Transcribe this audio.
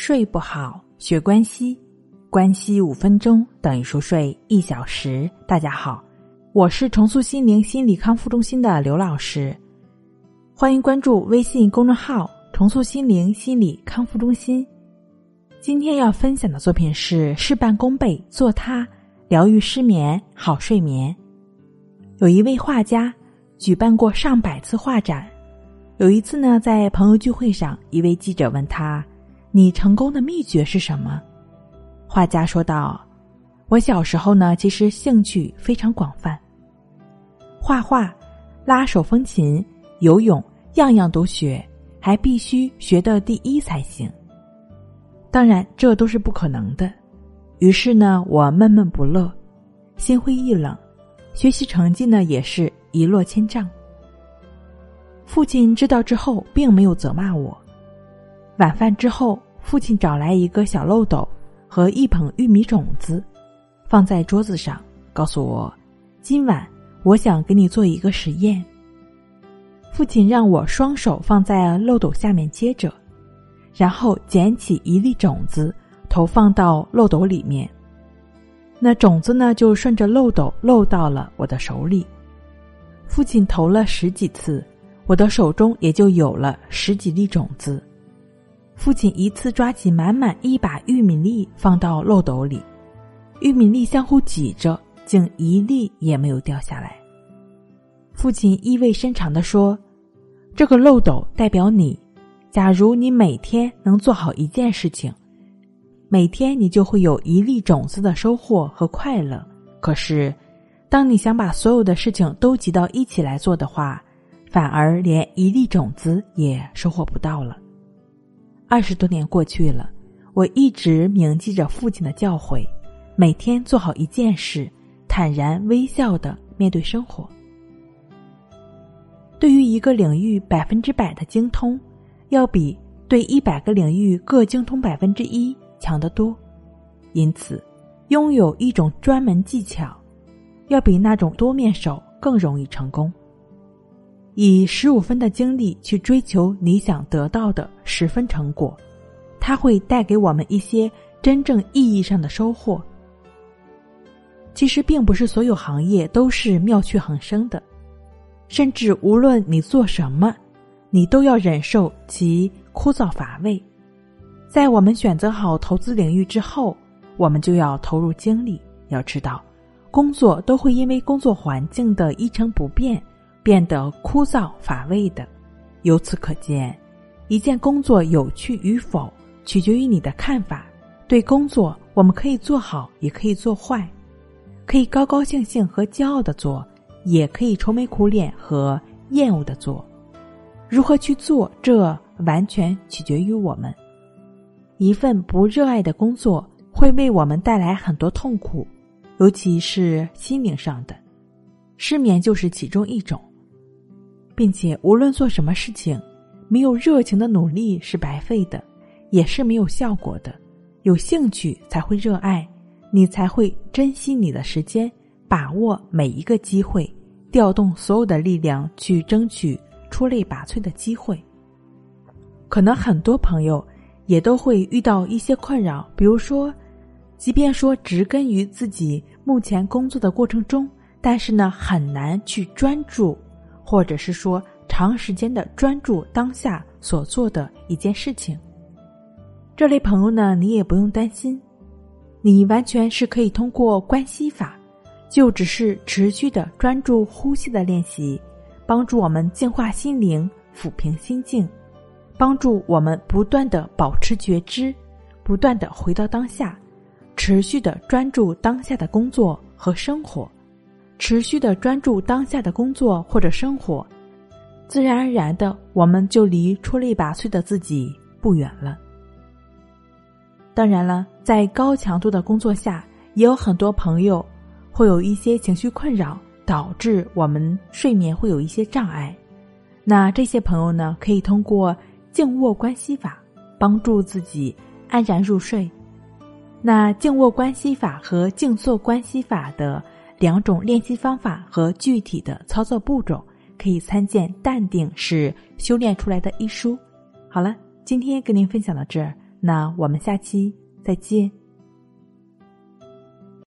睡不好，学关西，关西5分钟等于熟睡1小时。大家好，我是重塑心灵心理康复中心的刘老师，欢迎关注微信公众号重塑心灵心理康复中心。今天要分享的作品是事半功倍做它，疗愈失眠，好睡眠。有一位画家举办过上百次画展，有一次呢，在朋友聚会上，一位记者问他，你成功的秘诀是什么？画家说道，我小时候呢，其实兴趣非常广泛，画画、拉手风琴、游泳，样样都学，还必须学得第一才行。当然这都是不可能的，于是呢，我闷闷不乐，心灰意冷，学习成绩呢也是一落千丈。父亲知道之后并没有责骂我。晚饭之后，父亲找来一个小漏斗和一捧玉米种子，放在桌子上，告诉我，今晚我想给你做一个实验。父亲让我双手放在漏斗下面接着，然后捡起一粒种子投放到漏斗里面，那种子呢就顺着漏斗漏到了我的手里。父亲投了10几次，我的手中也就有了10几粒种子。父亲一次抓起满满一把玉米粒放到漏斗里，玉米粒相互挤着，竟一粒也没有掉下来。父亲意味深长地说，这个漏斗代表你，假如你每天能做好一件事情，每天你就会有一粒种子的收获和快乐。可是当你想把所有的事情都挤到一起来做的话，反而连一粒种子也收获不到了。20多年过去了，我一直铭记着父亲的教诲，每天做好一件事，坦然微笑地面对生活。对于一个领域100%的精通，要比对100个领域各精通1%强得多。因此，拥有一种专门技巧，要比那种多面手更容易成功。以15分的精力去追求你想得到的10分成果，它会带给我们一些真正意义上的收获。其实并不是所有行业都是妙趣横生的，甚至无论你做什么，你都要忍受其枯燥乏味。在我们选择好投资领域之后，我们就要投入精力。要知道，工作都会因为工作环境的一成不变变得枯燥乏味的。由此可见，一件工作有趣与否取决于你的看法。对工作，我们可以做好，也可以做坏，可以高高兴兴和骄傲地做，也可以愁眉苦脸和厌恶地做。如何去做，这完全取决于我们。一份不热爱的工作会为我们带来很多痛苦，尤其是心灵上的，失眠就是其中一种。并且无论做什么事情，没有热情的努力是白费的，也是没有效果的。有兴趣才会热爱，你才会珍惜你的时间，把握每一个机会，调动所有的力量去争取出类拔萃的机会。可能很多朋友也都会遇到一些困扰，比如说，即便说植根于自己目前工作的过程中，但是呢，很难去专注，或者是说长时间的专注当下所做的一件事情。这类朋友呢，你也不用担心，你完全是可以通过关系法，就只是持续的专注呼吸的练习，帮助我们净化心灵，抚平心境，帮助我们不断的保持觉知，不断的回到当下，持续的专注当下的工作和生活。持续的专注当下的工作或者生活，自然而然的，我们就离出类拔萃的自己不远了。当然了，在高强度的工作下，也有很多朋友会有一些情绪困扰，导致我们睡眠会有一些障碍。那这些朋友呢，可以通过静卧关系法帮助自己安然入睡。那静卧关系法和静坐关系法的2种练习方法和具体的操作步骤，可以参见《淡定是修炼出来的》一书。好了，今天跟您分享到这儿， 那我们下期再见。